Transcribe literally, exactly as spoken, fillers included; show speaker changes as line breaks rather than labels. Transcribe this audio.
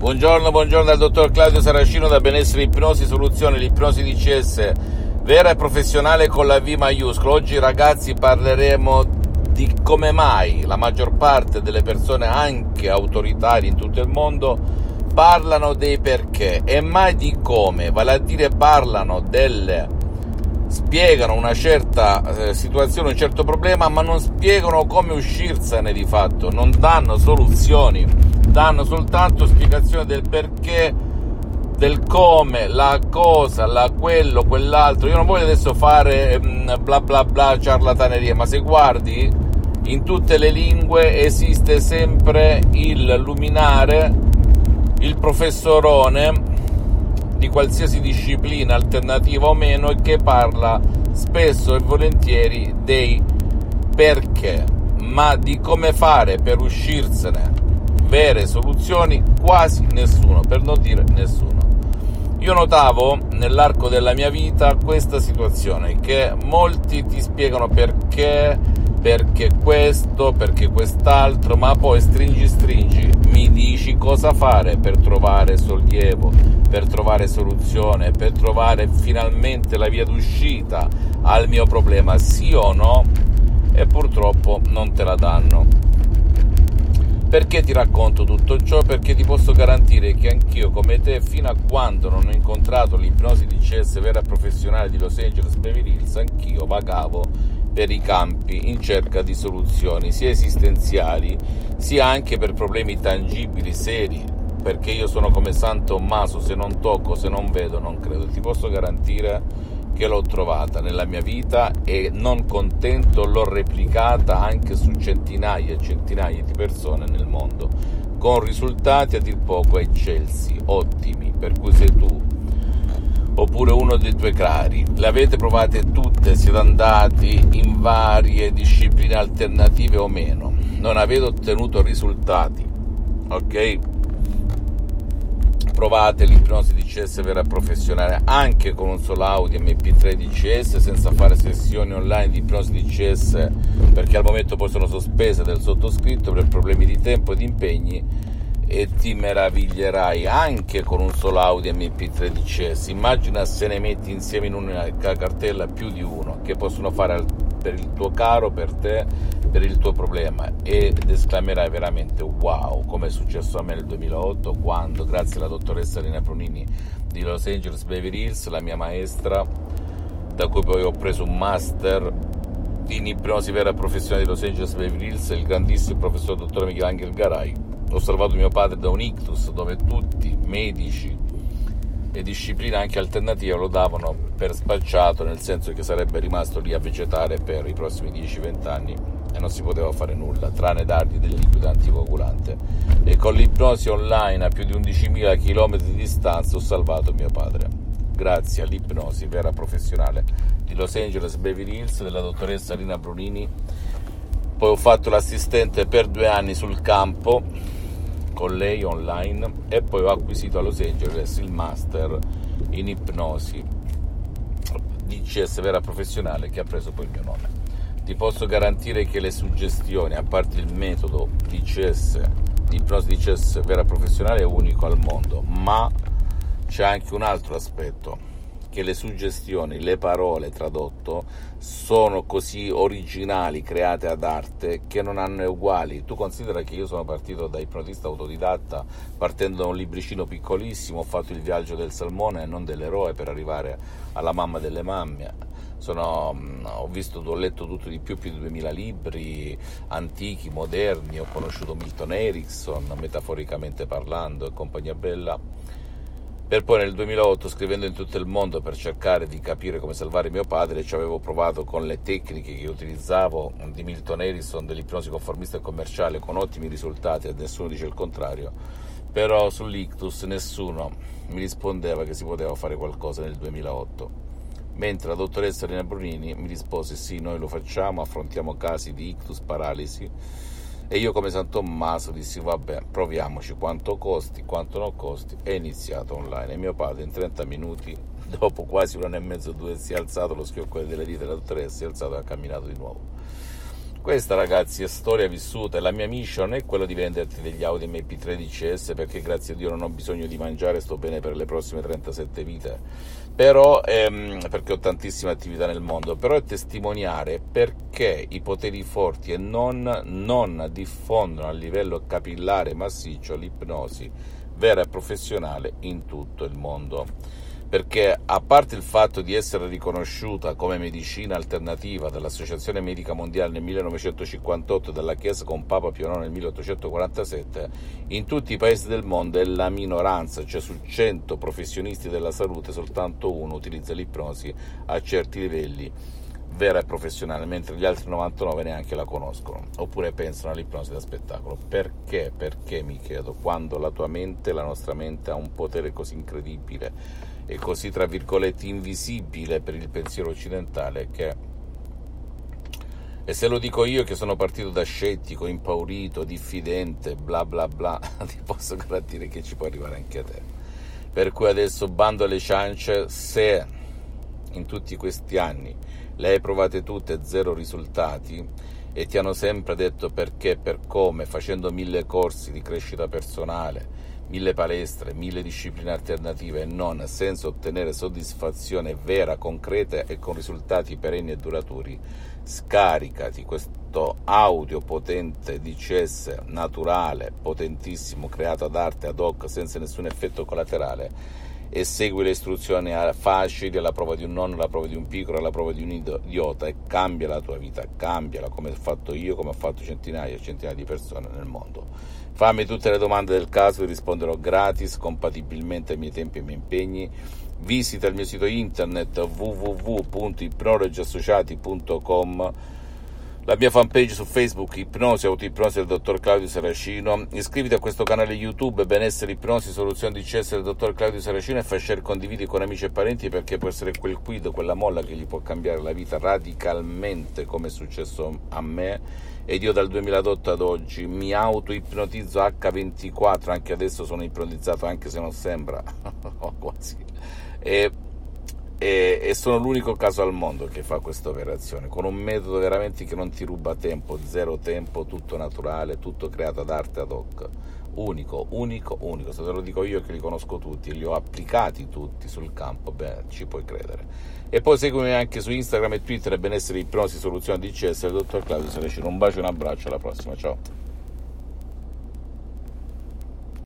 Buongiorno, buongiorno dal dottor Claudio Saracino da Benessere Ipnosi Soluzione, l'ipnosi D C S vera e professionale con la V maiuscola. Oggi ragazzi parleremo di come mai la maggior parte delle persone, anche autoritarie in tutto il mondo, parlano dei perché e mai di come, vale a dire parlano delle, spiegano una certa eh, situazione, un certo problema, ma non spiegano come uscirsene di fatto, non danno soluzioni, danno soltanto spiegazioni del perché, del come, la cosa, la quello, quell'altro. Io non voglio adesso fare mh, bla bla bla ciarlataneria, ma se guardi in tutte le lingue esiste sempre il luminare, il professorone di qualsiasi disciplina alternativa o meno, che parla spesso e volentieri dei perché, ma di come fare per uscirsene, vere soluzioni, quasi nessuno, per non dire nessuno. Io notavo nell'arco della mia vita questa situazione, che molti ti spiegano perché, perché questo, perché quest'altro, ma poi stringi stringi, mi dici cosa fare per trovare sollievo, per trovare soluzione, per trovare finalmente la via d'uscita al mio problema, sì o no? E purtroppo non te la danno. Perché ti racconto tutto ciò? Perché ti posso garantire che anch'io, come te, fino a quando non ho incontrato l'ipnosi D C S vera e professionale di Los Angeles Beverly Hills, anch'io vagavo per i campi in cerca di soluzioni, sia esistenziali, sia anche per problemi tangibili, seri, perché io sono come San Tommaso, se non tocco, se non vedo, non credo. Ti posso garantire che l'ho trovata nella mia vita e, non contento, l'ho replicata anche su centinaia e centinaia di persone nel mondo, con risultati a dir poco eccelsi, ottimi, per cui se tu oppure uno dei tuoi cari le avete provate tutte, siete andati in varie discipline alternative o meno, non avete ottenuto risultati, ok? Provate l'ipnosi D C S vera professionale anche con un solo audio M P tre D C S, senza fare sessioni online di ipnosi D C S, perché al momento poi sono sospese del sottoscritto per problemi di tempo e di impegni, e ti meraviglierai anche con un solo audio M P tre D C S. Immagina se ne metti insieme in una cartella più di uno, che possono fare per il tuo caro, per te, per il tuo problema, ed esclamerai veramente wow, come è successo a me nel duemilaotto, quando, grazie alla dottoressa Rina Brunini di Los Angeles Beverly Hills, la mia maestra, da cui poi ho preso un master in ipnosi vera professionale di Los Angeles Beverly Hills, il grandissimo professor dottor Michelangelo Garai, ho salvato mio padre da un ictus, dove tutti, medici e discipline anche alternative, lo davano per spacciato, nel senso che sarebbe rimasto lì a vegetare per i prossimi dieci venti anni e non si poteva fare nulla tranne dargli del liquido anticoagulante. E con l'ipnosi online a più di undicimila chilometri di distanza ho salvato mio padre, grazie all'ipnosi vera professionale di Los Angeles Beverly Hills della dottoressa Rina Brunini. Poi ho fatto l'assistente per due anni sul campo con lei online, e poi ho acquisito a Los Angeles il master in ipnosi D C S vera professionale, che ha preso poi il mio nome. Ti posso garantire che le suggestioni, a parte il metodo D C S, di ipnosi D C S vera professionale, è unico al mondo, ma c'è anche un altro aspetto, che le suggestioni, le parole tradotto, sono così originali, create ad arte, che non hanno uguali. Tu considera che io sono partito da ipnotista autodidatta, partendo da un libricino piccolissimo, ho fatto il viaggio del salmone e non dell'eroe per arrivare alla mamma delle mamme. Sono, ho visto, ho letto tutto di più, più di duemila libri, antichi, moderni, ho conosciuto Milton Erickson, metaforicamente parlando, e compagnia bella. Per poi nel duemilaotto, scrivendo in tutto il mondo per cercare di capire come salvare mio padre, ci avevo provato con le tecniche che utilizzavo di Milton Erickson, dell'ipnosi conformista e commerciale, con ottimi risultati, e nessuno dice il contrario. Però sull'ictus nessuno mi rispondeva che si poteva fare qualcosa nel duemilaotto, mentre la dottoressa Rina Brunini mi rispose sì, noi lo facciamo, affrontiamo casi di ictus, paralisi. E io, come San Tommaso, dissi vabbè, proviamoci, quanto costi, quanto non costi, e iniziato online. E mio padre in trenta minuti, dopo quasi un anno e mezzo, due, si è alzato, lo schiocco delle dita della dottoressa, si è alzato e ha camminato di nuovo. Questa, ragazzi, è storia vissuta e la mia mission non è quella di venderti degli Audi M P tre D C S, perché grazie a Dio non ho bisogno di mangiare, sto bene per le prossime trentasette vite, però ehm, perché ho tantissime attività nel mondo, però è testimoniare perché i poteri forti e non, non diffondono a livello capillare massiccio l'ipnosi vera e professionale in tutto il mondo. Perché a parte il fatto di essere riconosciuta come medicina alternativa dall'Associazione Medica Mondiale nel millenovecentocinquantotto e dalla Chiesa con Papa Pio nono nel milleottocentoquarantasette, in tutti i paesi del mondo è la minoranza, cioè su cento professionisti della salute soltanto uno utilizza l'ipnosi a certi livelli vera e professionale, mentre gli altri novantanove neanche la conoscono, oppure pensano all'ipnosi da spettacolo. Perché? Perché, mi chiedo, quando la tua mente, la nostra mente, ha un potere così incredibile e così, tra virgolette, invisibile per il pensiero occidentale, che, e se lo dico io che sono partito da scettico, impaurito, diffidente, bla bla bla, ti posso garantire che ci può arrivare anche a te. Per cui adesso bando alle ciance. Se in tutti questi anni le hai provate tutte, zero risultati, e ti hanno sempre detto perché, per come, facendo mille corsi di crescita personale, mille palestre, mille discipline alternative e non, senza ottenere soddisfazione vera, concreta e con risultati perenni e duraturi, scaricati questo audio potente D C S naturale, potentissimo, creato ad arte, ad hoc, senza nessun effetto collaterale, e segui le istruzioni facili, alla prova di un nonno, alla prova di un piccolo, alla prova di un idiota, e cambia la tua vita, cambiala, come ho fatto io, come ho fatto centinaia e centinaia di persone nel mondo. Fammi tutte le domande del caso, ti risponderò gratis, compatibilmente ai miei tempi e ai miei impegni. Visita il mio sito internet w w w punto ipnologi associati punto com, la mia fanpage su Facebook, Ipnosi, Autoipnosi del dottor Claudio Saracino. Iscriviti a questo canale YouTube, Benessere, Ipnosi, Soluzioni D C S del dottor Claudio Saracino, e fai share, condividi con amici e parenti, perché può essere quel quid, quella molla che gli può cambiare la vita radicalmente, come è successo a me. Ed io dal duemiladotto ad oggi mi auto-ipnotizzo acca ventiquattro, anche adesso sono ipnotizzato, anche se non sembra, quasi. E E, e sono l'unico caso al mondo che fa questa operazione, con un metodo veramente che non ti ruba tempo, zero tempo, tutto naturale, tutto creato ad arte, ad hoc, unico, unico, unico. Se te lo dico io che li conosco tutti e li ho applicati tutti sul campo, beh, ci puoi credere. E poi seguimi anche su Instagram e Twitter, Benessere, Ipnosi, Soluzioni D C S del dottor Claudio Saracino. Un bacio e un abbraccio, alla prossima, ciao.